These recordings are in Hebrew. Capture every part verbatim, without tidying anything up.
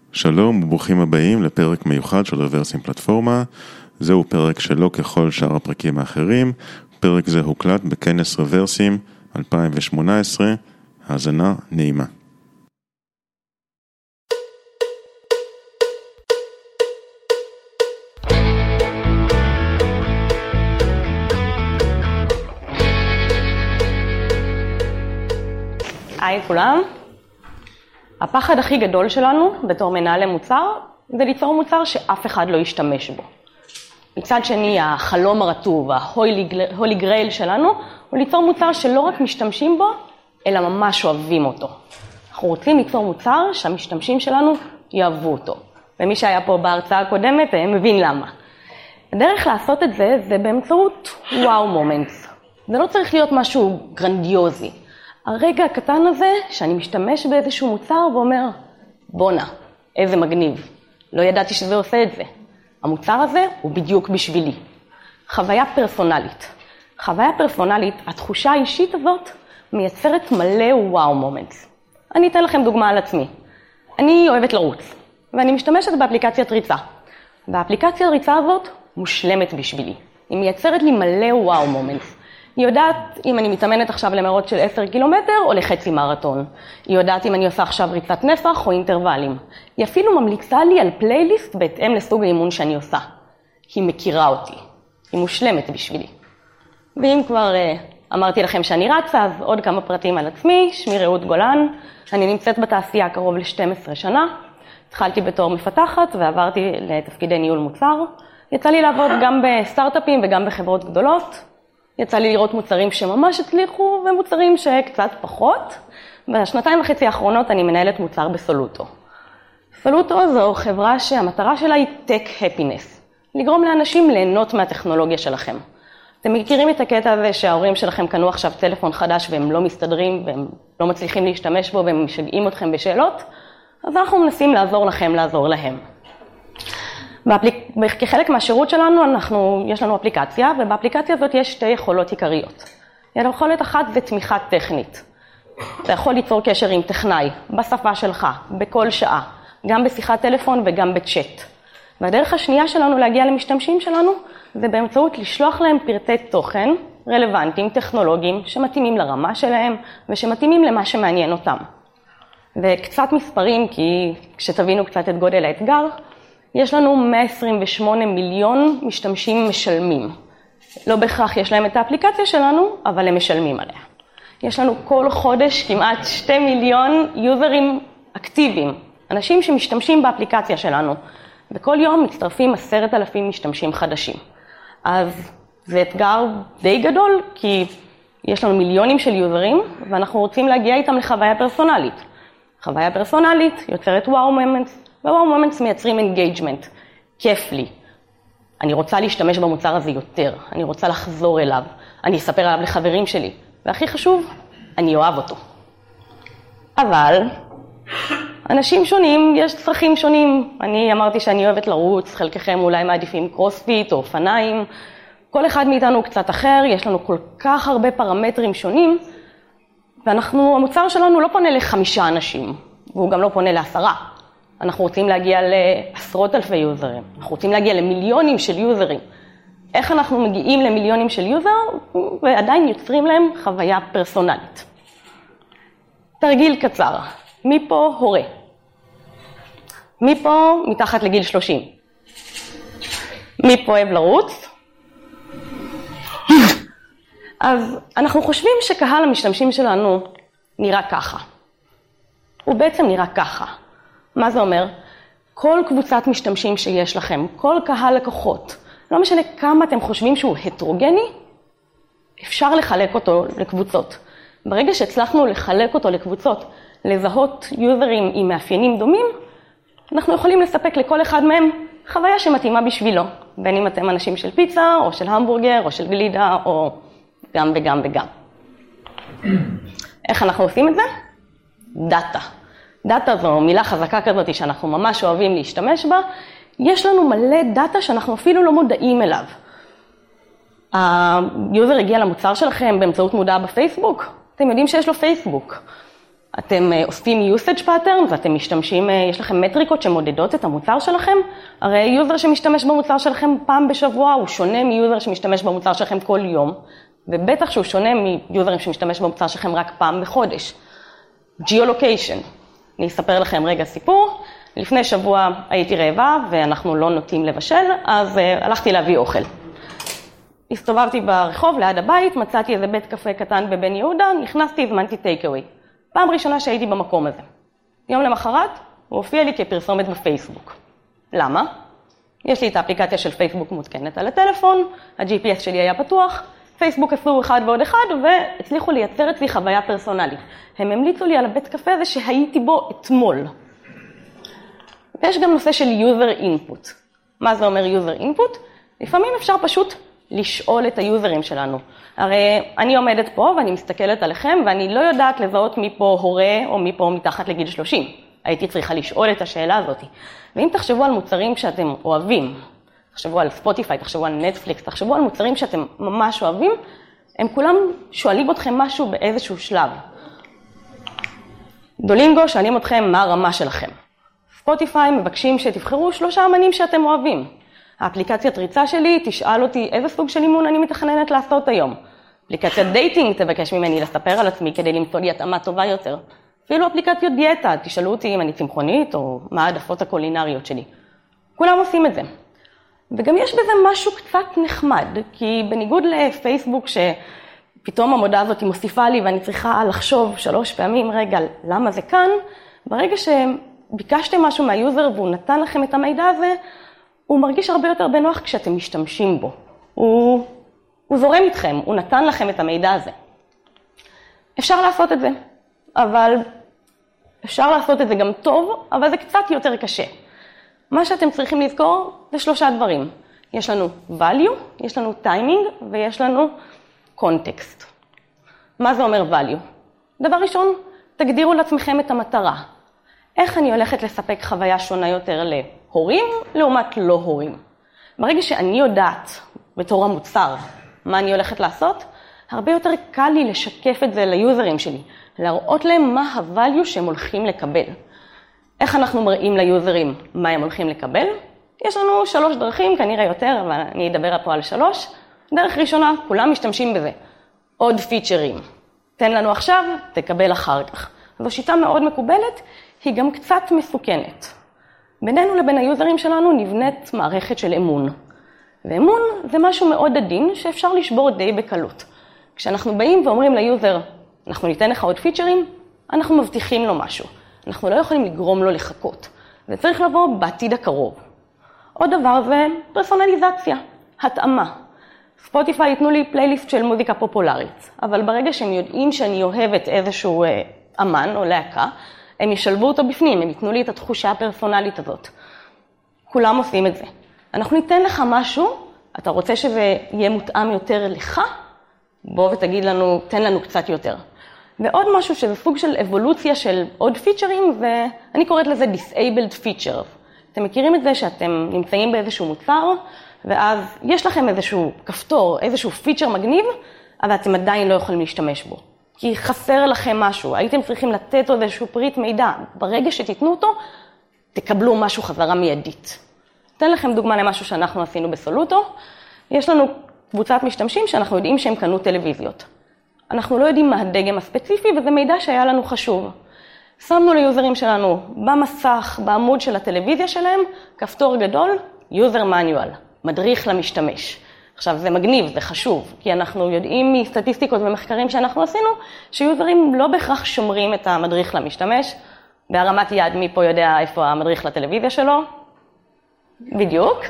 שלום וברוכים הבאים לפרק מיוחד של רוורסים פלטפורמה. זהו פרק שלא ככל שאר הפרקים האחרים. פרק זה הוקלט בכנס רוורסים אלפיים שמונה עשרה. האזנה נעימה. היי כולם. הפחד הכי גדול שלנו בתור מנהלי מוצר זה ליצור מוצר שאף אחד לא ישתמש בו. מצד שני, החלום הרטוב, ההולי גרייל שלנו, הוא ליצור מוצר שלא רק משתמשים בו, אלא ממש אוהבים אותו. אנחנו רוצים ליצור מוצר שהמשתמשים שלנו יאהבו אותו. ומי שהיה פה בהרצאה הקודמת מבין למה. הדרך לעשות את זה זה באמצעות וואו מומנטס. זה לא צריך להיות משהו גרנדיוזי. הרגע הקטן הזה שאני משתמש באיזשהו מוצר ואומר, בונה, איזה מגניב. לא ידעתי שזה עושה את זה. המוצר הזה הוא בדיוק בשבילי. חוויה פרסונלית. חוויה פרסונלית, התחושה האישית הזאת מייצרת מלא וואו מומנטס. אני אתן לכם דוגמה על עצמי. אני אוהבת לרוץ, ואני משתמשת באפליקציית ריצה. והאפליקציית ריצה הזאת מושלמת בשבילי. היא מייצרת לי מלא וואו מומנטס. היא יודעת אם אני מתאמנת עכשיו למרוץ של עשרה קילומטר או לחצי מרתון. היא יודעת אם אני עושה עכשיו ריצת נפח או אינטרוולים. היא אפילו ממליצה לי על פלייליסט בהתאם לסוג האימון שאני עושה. היא מכירה אותי. היא מושלמת בשבילי. ואם כבר uh, אמרתי לכם שאני רצה, אז עוד כמה פרטים על עצמי. שמי רעות גולן. אני נמצאת בתעשייה קרוב ל-שתים עשרה שנה. התחלתי בתור מפתחת ועברתי לתפקידי ניהול מוצר. יצא לי לעבוד גם בסטארט-אפים וגם בחברות גדולות. יצא לי לראות מוצרים שממש הצליחו ומוצרים שקצת פחות. בשנתיים וחצי האחרונות אני מנהלת מוצר בסולוטו. סולוטו זו חברה שהמטרה שלה היא Tech Happiness. לגרום לאנשים ליהנות מהטכנולוגיה שלכם. אתם מכירים את הקטע הזה שההורים שלכם קנו עכשיו טלפון חדש והם לא מסתדרים והם לא מצליחים להשתמש בו והם משגעים אתכם בשאלות? אז אנחנו מנסים לעזור לכם לעזור להם. כחלק מהשירות שלנו, אנחנו, יש לנו אפליקציה, ובאפליקציה הזאת יש שתי יכולות עיקריות. יכולת אחת זה תמיכה טכנית. אתה יכול ליצור קשר עם טכנאי, בשפה שלך, בכל שעה, גם בשיחת טלפון וגם בצ'אט. והדרך השנייה שלנו להגיע למשתמשים שלנו, זה באמצעות לשלוח להם פרטי תוכן רלוונטיים, טכנולוגיים, שמתאימים לרמה שלהם, ושמתאימים למה שמעניין אותם. וקצת מספרים, כי כשתבינו קצת את גודל האתגר, יש לנו מאה עשרים ושמונה מיליון משתמשים משלמים. לא בהכרח יש להם את האפליקציה שלנו, אבל הם משלמים עליה. יש לנו כל חודש כמעט שתי מיליון יוזרים אקטיביים, אנשים שמשתמשים באפליקציה שלנו, וכל יום מצטרפים עשרת אלפים משתמשים חדשים. אז זה אתגר די גדול, כי יש לנו מיליונים של יוזרים, ואנחנו רוצים להגיע איתם לחוויה פרסונלית. חוויה פרסונלית יוצרת וואו מומנטס, ווואו מומנטס מייצרים אינגייג'מנט. כיף לי. אני רוצה להשתמש במוצר הזה יותר. אני רוצה לחזור אליו. אני אספר עליו לחברים שלי. והכי חשוב, אני אוהב אותו. אבל, אנשים שונים, יש צרכים שונים. אני אמרתי שאני אוהבת לרוץ, חלקכם אולי מעדיפים קרוספיט או אופניים. כל אחד מאיתנו קצת אחר, יש לנו כל כך הרבה פרמטרים שונים, ואנחנו, המוצר שלנו לא פונה לחמישה אנשים, והוא גם לא פונה לעשרה. אנחנו רוצים להגיע לעשרות אלפי יוזרים. אנחנו רוצים להגיע למיליונים של יוזרים. איך אנחנו מגיעים למיליונים של יוזר ועדיין יוצרים להם חוויה פרסונלית. תרגיל קצר. מי פה הורה? מי פה מתחת לגיל שלושים? מי פה אוהב לרוץ? אז אנחנו חושבים שקהל המשתמשים שלנו נראה ככה. הוא בעצם נראה ככה. מה זה אומר? כל קבוצת משתמשים שיש לכם, כל קהל לקוחות, לא משנה כמה אתם חושבים שהוא הטרוגני, אפשר לחלק אותו לקבוצות. ברגע שהצלחנו לחלק אותו לקבוצות, לזהות יוזרים עם מאפיינים דומים, אנחנו יכולים לספק לכל אחד מהם חוויה שמתאימה בשבילו. בין אם אתם אנשים של פיצה, או של המבורגר, או של גלידה, או גם וגם וגם. איך אנחנו עושים את זה? דאטה. דאטה זו מילה חזקה כזאת שאנחנו ממש אוהבים להשתמש בה. יש לנו מלא דאטה שאנחנו אפילו לא מודעים אליו. היוזר הגיע למוצר שלכם באמצעות מודעה בפייסבוק. אתם יודעים שיש לו פייסבוק. אתם עושים usage patterns, אתם משתמשים, יש לכם מטריקות שמודדות את המוצר שלכם, הרי יוזר שמשתמש במוצר שלכם פעם בשבוע הוא שונה מיוזר שמשתמש במוצר שלכם כל יום, ובטח שהוא שונה מיוזרים שמשתמש במוצר שלכם רק פעם בחודש. Geolocation. אני אספר לכם רגע סיפור. לפני שבוע הייתי רעבה ואנחנו לא נוטים לבשל, אז uh, הלכתי להביא אוכל. הסתובבתי ברחוב ליד הבית, מצאתי איזה בית קפה קטן בבן יהודה, נכנסתי, הזמנתי טייקאווי. פעם ראשונה שהייתי במקום הזה. יום למחרת הוא הופיע לי כפרסומת בפייסבוק. למה? יש לי את האפליקציה של פייסבוק מותקנת על הטלפון, ה-ג'י פי אס שלי היה פתוח, פייסבוק עשו אחד ועוד אחד, והצליחו לייצר אצלי חוויה פרסונלית. הם המליצו לי על הבית קפה הזה שהייתי בו אתמול. ויש גם נושא של user input. מה זה אומר user input? לפעמים אפשר פשוט לשאול את היוזרים שלנו. הרי אני עומדת פה ואני מסתכלת עליכם, ואני לא יודעת לזהות מי פה הורה או מי פה מתחת לגיל שלושים. הייתי צריכה לשאול את השאלה הזאת. ואם תחשבו על מוצרים שאתם אוהבים, תחשבו על ספוטיפיי, תחשבו על נטפליקס, תחשבו על מוצרים שאתם ממש אוהבים, הם כולם שואלים אתכם משהו באיזשהו שלב. דולינגו שואלים אתכם מה הרמה שלכם. ספוטיפיי מבקשים שתבחרו שלושה אמנים שאתם אוהבים. האפליקציית ריצה שלי תשאל אותי איזה סוג של אימון אני מתכננת לעשות היום. אפליקציית דייטינג תבקש ממני לספר על עצמי כדי למצוא לי התאמה טובה יותר. אפילו אפליקציות דיאטה, תשאלו אותי אם אני צמחונית או מה העדפות הקולינריות שלי. כולם עושים את זה. וגם יש בזה משהו קצת נחמד, כי בניגוד לפייסבוק שפתאום המודעה הזאת מוסיפה לי ואני צריכה לחשוב שלוש פעמים, רגע, למה זה כאן? ברגע שביקשתם משהו מהיוזר והוא נתן לכם את המידע הזה, הוא מרגיש הרבה יותר בנוח כשאתם משתמשים בו. הוא, הוא זורם איתכם, הוא נתן לכם את המידע הזה. אפשר לעשות את זה, אבל אפשר לעשות את זה גם טוב, אבל זה קצת יותר קשה. מה שאתם צריכים לזכור זה שלושה דברים. יש לנו value, יש לנו timing ויש לנו context. מה זה אומר value? דבר ראשון, תגדירו לעצמכם את המטרה. איך אני הולכת לספק חוויה שונה יותר להורים לעומת לא הורים? ברגע שאני יודעת בתור המוצר מה אני הולכת לעשות, הרבה יותר קל לי לשקף את זה ליוזרים שלי, להראות להם מה ה-value שהם הולכים לקבל. איך אנחנו מראים ליוזרים מה הם הולכים לקבל? יש לנו שלוש דרכים, כנראה יותר, אבל אני אדבר פה על שלוש. דרך ראשונה, כולם משתמשים בזה. עוד פיצ'רים. תן לנו עכשיו, תקבל אחר כך. זו שיטה מאוד מקובלת, היא גם קצת מסוכנת. בינינו לבין היוזרים שלנו נבנית מערכת של אמון. ואמון זה משהו מאוד עדין שאפשר לשבור די בקלות. כשאנחנו באים ואומרים ליוזר, אנחנו ניתן לך עוד פיצ'רים, אנחנו מבטיחים לו משהו. אנחנו לא יכולים לגרום לו לחכות. זה צריך לבוא בעתיד הקרוב. עוד דבר זה פרסונליזציה, התאמה. ספוטיפיי ייתנו לי פלייליסט של מוזיקה פופולרית, אבל ברגע שהם יודעים שאני אוהבת איזשהו אמן או להקה, הם ישלבו אותו בפנים, הם ייתנו לי את התחושה הפרסונלית הזאת. כולם עושים את זה. אנחנו ניתן לך משהו, אתה רוצה שזה יהיה מותאם יותר לך, בוא ותגיד לנו, תן לנו קצת יותר. ועוד משהו שזה סוג של אבולוציה של עוד פיצ'רים, ואני קוראת לזה disabled feature. אתם מכירים את זה שאתם נמצאים באיזשהו מוצר, ואז יש לכם איזשהו כפתור, איזשהו פיצ'ר מגניב, אבל אתם עדיין לא יכולים להשתמש בו. כי חסר לכם משהו, הייתם צריכים לתת עוד איזשהו פריט מידע. ברגע שתיתנו אותו, תקבלו משהו חזרה מיידית. אתן לכם דוגמה למשהו שאנחנו עשינו בסולוטו. יש לנו קבוצת משתמשים שאנחנו יודעים שהם קנו טלוויזיות. אנחנו לא יודעים מה הדגם הספציפי, וזה מידע שהיה לנו חשוב. שמנו ליוזרים שלנו במסך, בעמוד של הטלוויזיה שלהם, כפתור גדול, user manual, מדריך למשתמש. עכשיו, זה מגניב, זה חשוב, כי אנחנו יודעים מסטטיסטיקות ומחקרים שאנחנו עשינו, שיוזרים לא בהכרח שומרים את המדריך למשתמש. בהרמת יד, מי פה יודע איפה המדריך לטלוויזיה שלו? בדיוק.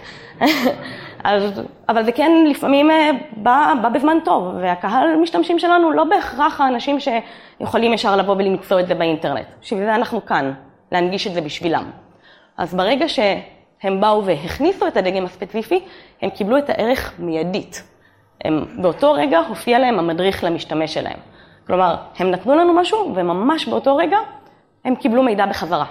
אז, אבל זה כן לפעמים בא, בא בזמן טוב, והקהל משתמשים שלנו לא בהכרח האנשים שיכולים ישר לבוא ולמצוא את זה באינטרנט. שבזה אנחנו כאן, להנגיש את זה בשבילם. אז ברגע שהם באו והכניסו את הדגם הספציפי, הם קיבלו את הערך מיידית. הם, באותו רגע הופיע להם המדריך למשתמש שלהם. כלומר, הם נתנו לנו משהו, וממש באותו רגע הם קיבלו מידע בחזרה.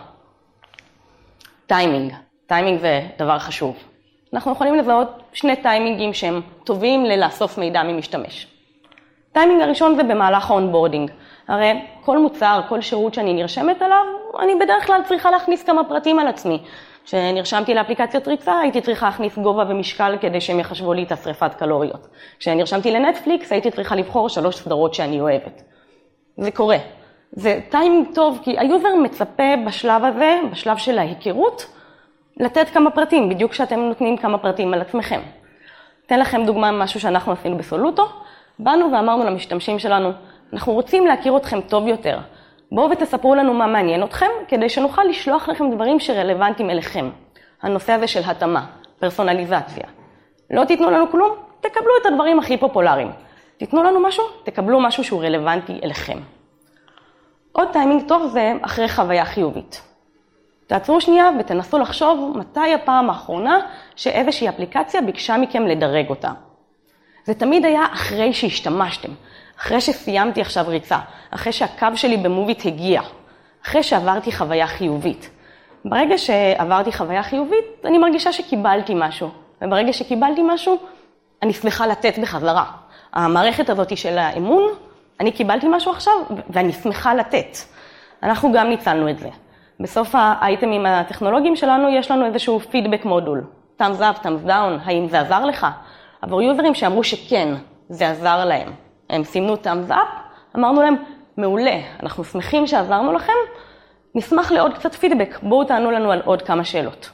טיימינג. טיימינג זה דבר חשוב. אנחנו יכולים לזהות שני טיימינגים שהם טובים ללאסוף מידע ממשתמש. טיימינג הראשון זה במהלך האונבורדינג. הרי כל מוצר, כל שירות שאני נרשמת עליו, אני בדרך כלל צריכה להכניס כמה פרטים על עצמי. כשנרשמתי לאפליקציית ריצה, הייתי צריכה להכניס גובה ומשקל כדי שהם יחשבו לי את השריפת קלוריות. כשנרשמתי לנטפליקס, הייתי צריכה לבחור שלוש סדרות שאני אוהבת. זה קורה. זה טיימינג טוב, כי היוזר מצפה בשלב הזה, בשלב של ההיכרות, לתת כמה פרטים, בדיוק כשאתם נותנים כמה פרטים על עצמכם. אתן לכם דוגמה משהו שאנחנו עשינו בסולוטו. באנו ואמרנו למשתמשים שלנו, אנחנו רוצים להכיר אתכם טוב יותר. בואו ותספרו לנו מה מעניין אתכם, כדי שנוכל לשלוח לכם דברים שרלוונטיים אליכם. הנושא הזה של התאמה, פרסונליזציה. לא תיתנו לנו כלום, תקבלו את הדברים הכי פופולריים. תיתנו לנו משהו, תקבלו משהו שהוא רלוונטי אליכם. עוד טיימינג טוב זה אחרי חוויה חיובית. תעצרו שנייה ותנסו לחשוב מתי הפעם האחרונה שאיזושהי אפליקציה ביקשה מכם לדרג אותה. זה תמיד היה אחרי שהשתמשתם, אחרי שסיימתי עכשיו ריצה, אחרי שהקו שלי במובית הגיע, אחרי שעברתי חוויה חיובית. ברגע שעברתי חוויה חיובית, אני מרגישה שקיבלתי משהו, וברגע שקיבלתי משהו, אני שמחה לתת בחזרה. המערכת הזאת של האמון, אני קיבלתי משהו עכשיו, ואני שמחה לתת. אנחנו גם ניצלנו את זה. בסוף האייטמים הטכנולוגיים שלנו, יש לנו איזשהו פידבק מודול. thumbs up, thumbs down, האם זה עזר לך? עבור יוזרים שאמרו שכן, זה עזר להם. הם סימנו thumbs up, אמרנו להם, מעולה, אנחנו שמחים שעזרנו לכם, נשמח לעוד קצת פידבק, בואו תענו לנו על עוד כמה שאלות.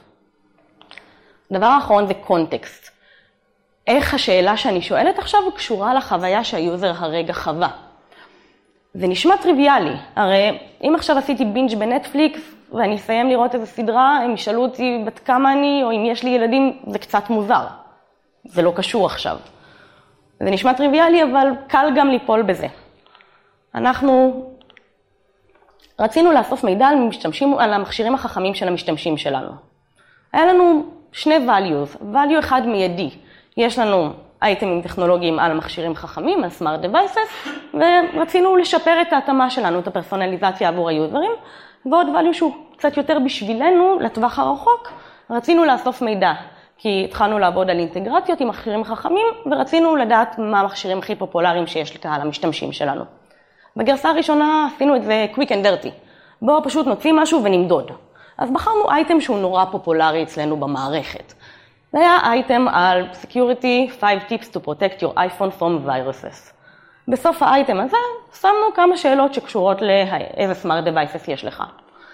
דבר האחרון זה קונטקסט. איך השאלה שאני שואלת עכשיו קשורה לחוויה שהיוזר הרגע חווה. זה נשמע טריוויאלי, הרי אם עכשיו עשיתי בינג' בנטפליקס ואני אסיים לראות איזו סדרה, הם ישאלו אותי בת כמה אני או אם יש לי ילדים, זה קצת מוזר. זה לא קשור עכשיו. זה נשמע טריוויאלי, אבל קל גם ליפול בזה. אנחנו רצינו לאסוף מידע על, משתמשים, על המכשירים החכמים של המשתמשים שלנו. היה לנו שני values, value אחד מיידי. יש לנו אייטמים טכנולוגיים על מכשירים חכמים, על smart devices, ורצינו לשפר את ההתאמה שלנו, את הפרסונליזציה עבור היוזרים, ועוד value שהוא קצת יותר בשבילנו, לטווח הרחוק, רצינו לאסוף מידע, כי התחלנו לעבוד על אינטגרציות עם מכשירים חכמים, ורצינו לדעת מה המכשירים הכי פופולריים שיש לקהל המשתמשים שלנו. בגרסה הראשונה עשינו את זה quick and dirty. בואו פשוט נוציא משהו ונמדוד. אז בחרנו אייטם שהוא נורא פופולרי אצלנו במערכת. זה היה אייטם על Security five tips to protect your iPhone from viruses. בסוף האייטם הזה שמנו כמה שאלות שקשורות לאיזה smart devices יש לך.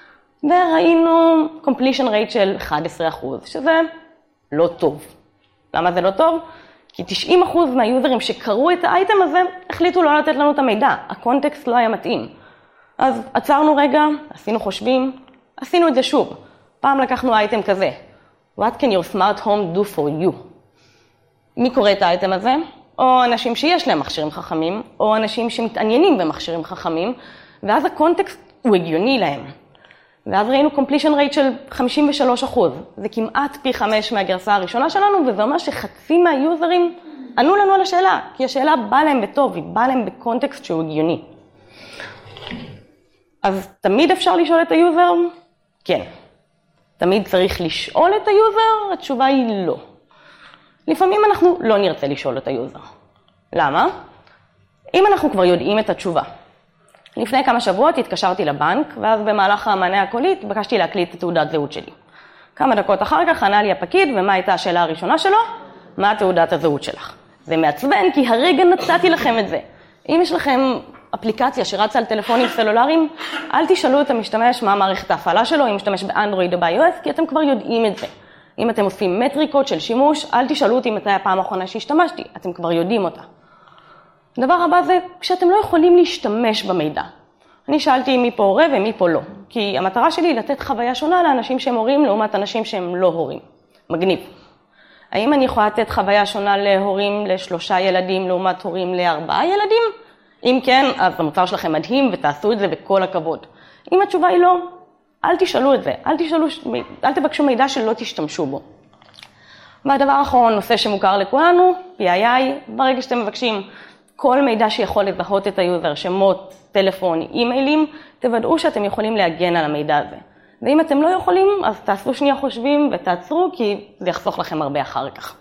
וראינו completion rate של אחד עשר אחוז, שזה לא טוב. למה זה לא טוב? כי תשעים אחוז מהיוזרים שקראו את האייטם הזה החליטו לא לתת לנו את המידע. הקונטקסט לא היה מתאים. אז עצרנו רגע, עשינו חושבים, עשינו את זה שוב. פעם לקחנו אייטם כזה. What can your smart home do for you? מי קורא את האייטם הזה? או אנשים שיש להם מכשירים חכמים, או אנשים שמתעניינים במכשירים חכמים, ואז הקונטקסט הוא הגיוני להם. ואז ראינו completion rate של חמישים ושלושה אחוז. זה כמעט פי חמש מהגרסה הראשונה שלנו, וזה אומר שחצי מהיוזרים ענו לנו על השאלה, כי השאלה באה להם בטוב, היא באה להם בקונטקסט שהוא הגיוני. אז תמיד אפשר לשאול את היוזר? כן. תמיד צריך לשאול את היוזר? התשובה היא לא. לפעמים אנחנו לא נרצה לשאול את היוזר. למה? אם אנחנו כבר יודעים את התשובה. לפני כמה שבועות התקשרתי לבנק, ואז במהלך המענה הקולי התבקשתי להקליט את תעודת זהות שלי. כמה דקות אחר כך ענה לי הפקיד, ומה הייתה השאלה הראשונה שלו? מה תעודת הזהות שלך? זה מעצבן, כי הרגע נתתי לכם את זה. אם יש לכם אפליקציה שרצה על טלפונים סלולריים, אל תשאלו את המשתמש מה מערכת ההפעלה שלו, אם משתמש באנדרואיד או ב-iOS, כי אתם כבר יודעים את זה. אם אתם עושים מטריקות של שימוש, אל תשאלו אותי מתי הפעם האחרונה שהשתמשתי, אתם כבר יודעים אותה. הדבר הבא זה כשאתם לא יכולים להשתמש במידע. אני שאלתי מי פה הורה ומי פה לא, כי המטרה שלי היא לתת חוויה שונה לאנשים שהם הורים לעומת אנשים שהם לא הורים. מגניב. האם אני יכולה לתת חוויה שונה להורים לשלושה ילדים לעומת הורים לארבעה ילדים? אם כן, אז המוצר שלכם מדהים ותעשו את זה בכל הכבוד. אם התשובה היא לא, אל תשאלו את זה, אל תשאלו, אל תבקשו מידע שלא תשתמשו בו. והדבר האחרון, נושא שמוכר לכולנו, פי איי איי, ברגע שאתם מבקשים כל מידע שיכול לזהות את היוזר, שמות, טלפון, אימיילים, תוודאו שאתם יכולים להגן על המידע הזה. ואם אתם לא יכולים, אז תעשו שנייה חושבים ותעצרו, כי זה יחסוך לכם הרבה אחר כך.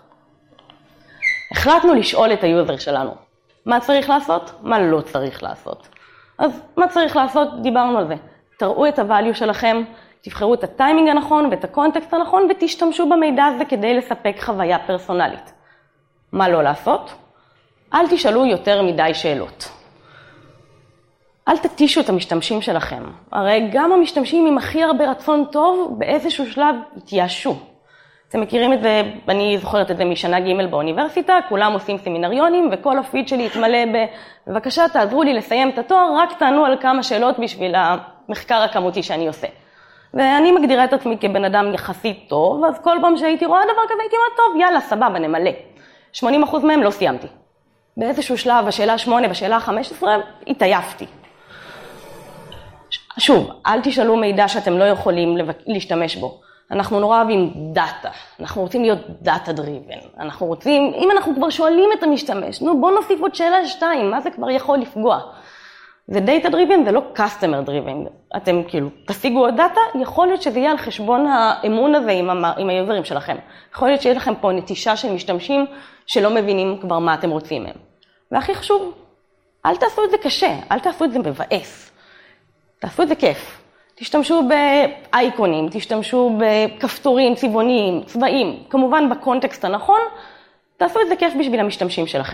החלטנו לשאול את היוזר שלנו. מה צריך לעשות? מה לא צריך לעשות? אז מה צריך לעשות? דיברנו על זה. תראו את הvalue שלכם, תבחרו את הטיימינג הנכון ואת הקונטקסט הנכון, ותשתמשו במידע הזה כדי לספק חוויה פרסונלית. מה לא לעשות? אל תשאלו יותר מדי שאלות. אל תתישו את המשתמשים שלכם. הרי גם המשתמשים עם הכי הרבה רצון טוב, באיזשהו שלב התייאשו. אתם מכירים את זה, אני זוכרת את זה משנה ג' באוניברסיטה, כולם עושים סמינריונים, וכל הפיד שלי התמלא ב, בבקשה תעזרו לי לסיים את התואר, רק תענו על כמה שאלות בשביל המחקר הכמותי שאני עושה. ואני מגדירה את עצמי כבן אדם יחסית טוב, אז כל פעם שהייתי רואה דבר כזה, הייתי אומרת, טוב, יאללה, סבבה, נמלא. שמונים אחוז מהם לא סיימתי. באיזשהו שלב, בשאלה שמונה, בשאלה חמש עשרה, התעייפתי. שוב, אל תשאלו מידע שאתם לא יכולים להשתמש בו. אנחנו נורא אוהבים דאטה, אנחנו רוצים להיות דאטה דריבן, אנחנו רוצים, אם אנחנו כבר שואלים את המשתמש, נו בוא נוסיף עוד שאלה שתיים, מה זה כבר יכול לפגוע? זה דאטה דריבן, זה לא קסטומר דריבן, אתם כאילו תשיגו עוד דאטה, יכול להיות שזה יהיה על חשבון האמון הזה עם, עם היוזרים שלכם, יכול להיות שיש לכם פה נטישה של משתמשים שלא מבינים כבר מה אתם רוצים מהם. והכי חשוב, אל תעשו את זה קשה, אל תעשו את זה מבאס, תעשו את זה כיף. תשתמשו באייקונים, תשתמשו בכפתורים, צבעוניים, צבעים, כמובן בקונטקסט הנכון, תעשו את זה כיף בשביל המשתמשים שלכם.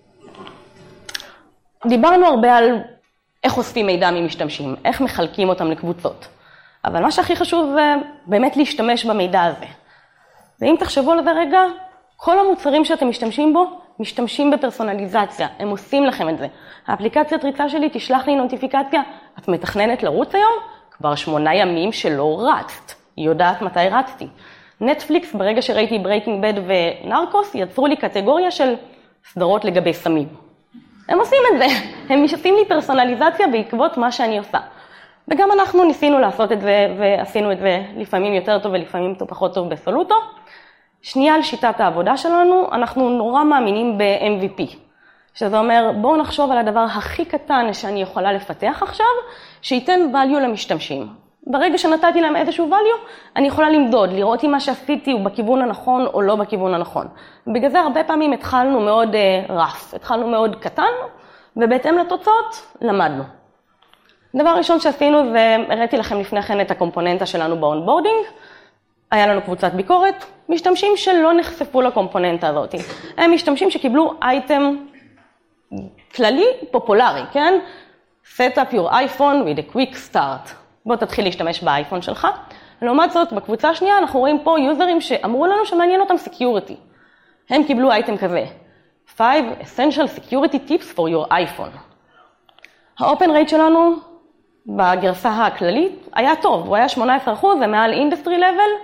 דיברנו הרבה על איך אוספים מידע ממשתמשים, איך מחלקים אותם לקבוצות, אבל מה שהכי חשוב זה באמת להשתמש במידע הזה. ואם תחשבו על זה רגע, כל המוצרים שאתם משתמשים בו, משתמשים בפרסונליזציה, הם עושים לכם את זה. האפליקציית ריצה שלי תשלח לי נוטיפיקציה, את מתכננת לרוץ היום? כבר שמונה ימים שלא רצת, היא יודעת מתי רצתי. נטפליקס, ברגע שראיתי ברייקינג בד ונרקוס, יצרו לי קטגוריה של סדרות לגבי סמים. הם עושים את זה, הם משתים לי פרסונליזציה בעקבות מה שאני עושה. וגם אנחנו ניסינו לעשות את זה, ועשינו את זה לפעמים יותר טוב ולפעמים פחות טוב בסולוטו. שנייה על שיטת העבודה שלנו, אנחנו נורא מאמינים ב-אם וי פי. שזה אומר, בואו נחשוב על הדבר הכי קטן שאני יכולה לפתח עכשיו, שייתן value למשתמשים. ברגע שנתתי להם איזשהו value, אני יכולה למדוד, לראות אם מה שעשיתי הוא בכיוון הנכון או לא בכיוון הנכון. בגלל זה הרבה פעמים התחלנו מאוד uh, רף, התחלנו מאוד קטן, ובהתאם לתוצאות למדנו. דבר ראשון שעשינו זה, הראיתי לכם לפני כן את הקומפוננטה שלנו באונבורדינג, היה לנו קבוצת ביקורת, משתמשים שלא נחשפו לקומפוננטה הזאת. הם משתמשים שקיבלו אייטם כללי, פופולרי, כן? Set up your iPhone with a quick start. בוא תתחיל להשתמש באייפון שלך. לעומת זאת, בקבוצה השנייה אנחנו רואים פה יוזרים שאמרו לנו שמעניין אותם security. הם קיבלו אייטם כזה. five essential security tips for your iPhone. ה-open rate שלנו בגרסה הכללית היה טוב, הוא היה שמונה עשרה אחוז, זה מעל industry level.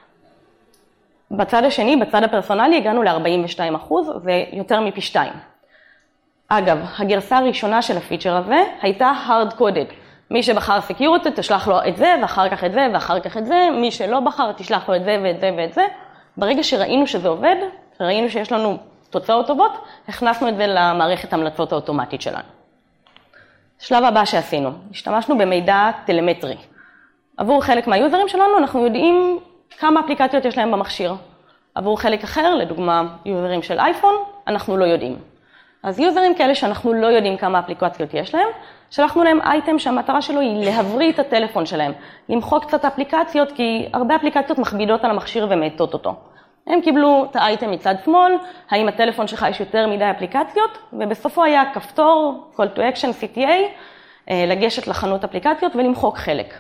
בצד השני, בצד הפרסונלי, הגענו ל-ארבעים ושתיים אחוז, זה יותר מפי שתיים. אגב, הגרסה הראשונה של הפיצ'ר הזה הייתה hard coded. מי שבחר security תשלח לו את זה, ואחר כך את זה, ואחר כך את זה. מי שלא בחר תשלח לו את זה ואת זה ואת זה. ברגע שראינו שזה עובד, ראינו שיש לנו תוצאות טובות, הכנסנו את זה למערכת המלצות האוטומטית שלנו. שלב הבא שעשינו, השתמשנו במידע טלמטרי. עבור חלק מהיוזרים שלנו אנחנו יודעים כמה אפליקציות יש להם במכשיר. עבור חלק אחר, לדוגמה יוזרים של אייפון, אנחנו לא יודעים. אז יוזרים כאלה שאנחנו לא יודעים כמה אפליקציות יש להם, שלחנו להם אייטם שהמטרה שלו היא להבריא את הטלפון שלהם, למחוק קצת אפליקציות, כי הרבה אפליקציות מכבידות על המכשיר ומעטות אותו. הם קיבלו את האייטם מצד שמאל, האם הטלפון שלך יש יותר מדי אפליקציות, ובסופו היה כפתור, call to action, סי טי איי, לגשת לחנות אפליקציות ולמחוק חלק.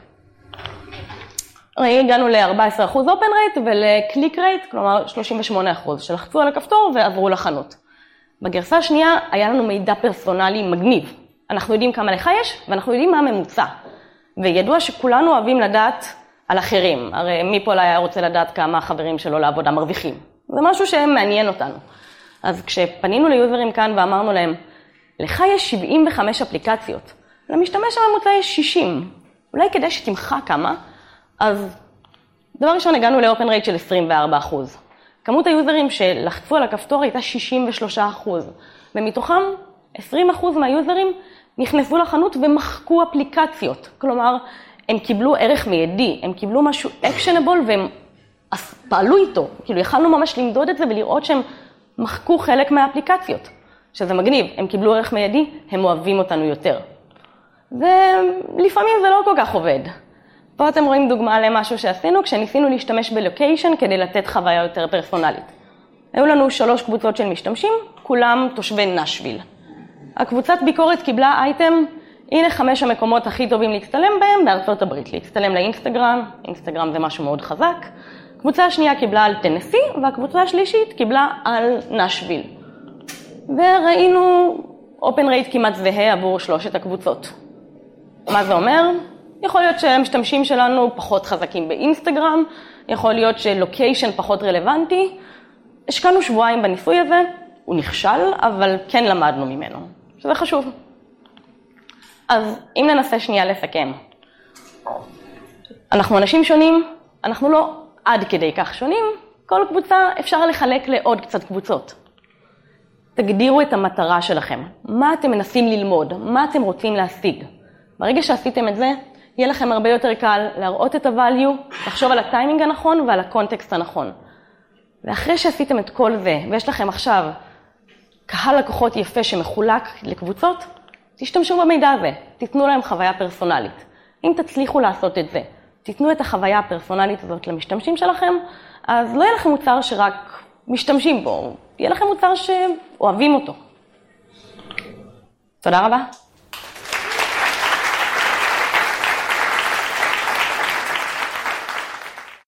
הגענו ל-ארבעה עשר אחוז open rate ול-click rate, כלומר שלושים ושמונה אחוז, שלחצו על הכפתור ועברו לחנות. בגרסה השנייה היה לנו מידע פרסונלי מגניב. אנחנו יודעים כמה לך יש, ואנחנו יודעים מה הממוצע. וידוע שכולנו אוהבים לדעת על אחרים. הרי מי פה היה רוצה לדעת כמה החברים שלו לעבודה מרוויחים. זה משהו שמעניין אותנו. אז כשפנינו ליוזרים כאן ואמרנו להם, לך יש שבעים וחמש אפליקציות, למשתמש הממוצע יש שישים. אולי כדי שתמחה כמה, אז דבר ראשון הגענו ל-open rate של עשרים וארבעה אחוז. כמות היוזרים שלחצו על הכפתור הייתה שישים ושלושה אחוז, ומתוכם עשרים אחוז מהיוזרים נכנסו לחנות ומחקו אפליקציות. כלומר, הם קיבלו ערך מיידי, הם קיבלו משהו actionable והם פעלו איתו. כאילו, יכלנו ממש למדוד את זה ולראות שהם מחקו חלק מהאפליקציות, שזה מגניב. הם קיבלו ערך מיידי, הם אוהבים אותנו יותר. ולפעמים זה לא כל כך עובד. פה אתם רואים דוגמה למשהו שעשינו, כשניסינו להשתמש בלוקיישן כדי לתת חוויה יותר פרסונלית. היו לנו שלוש קבוצות של משתמשים, כולם תושבי נשוויל. הקבוצת ביקורת קיבלה אייטם, הנה חמש המקומות הכי טובים להצטלם בהם בארצות הברית. להצטלם לאינסטגרם, אינסטגרם זה משהו מאוד חזק. הקבוצה השנייה קיבלה על טנסי, והקבוצה השלישית קיבלה על נשוויל. וראינו open rate כמעט זהה עבור שלושת הקבוצות. מה זה אומר? יכול להיות שהמשתמשים שלנו פחות חזקים באינסטגרם, יכול להיות שלוקיישן פחות רלוונטי. השקענו שבועיים בניסוי הזה, הוא נכשל, אבל כן למדנו ממנו, שזה חשוב. אז אם ננסה שנייה לסכם. אנחנו אנשים שונים, אנחנו לא עד כדי כך שונים, כל קבוצה אפשר לחלק לעוד קצת קבוצות. תגדירו את המטרה שלכם, מה אתם מנסים ללמוד, מה אתם רוצים להשיג. ברגע שעשיתם את זה, יהיה לכם הרבה יותר קל להראות את ה-value, לחשוב על הטיימינג הנכון ועל הקונטקסט הנכון. ואחרי שעשיתם את כל זה, ויש לכם עכשיו קהל לקוחות יפה שמחולק לקבוצות, תשתמשו במידע הזה, תיתנו להם חוויה פרסונלית. אם תצליחו לעשות את זה, תיתנו את החוויה הפרסונלית הזאת למשתמשים שלכם, אז לא יהיה לכם מוצר שרק משתמשים בו, יהיה לכם מוצר שאוהבים אותו. תודה רבה.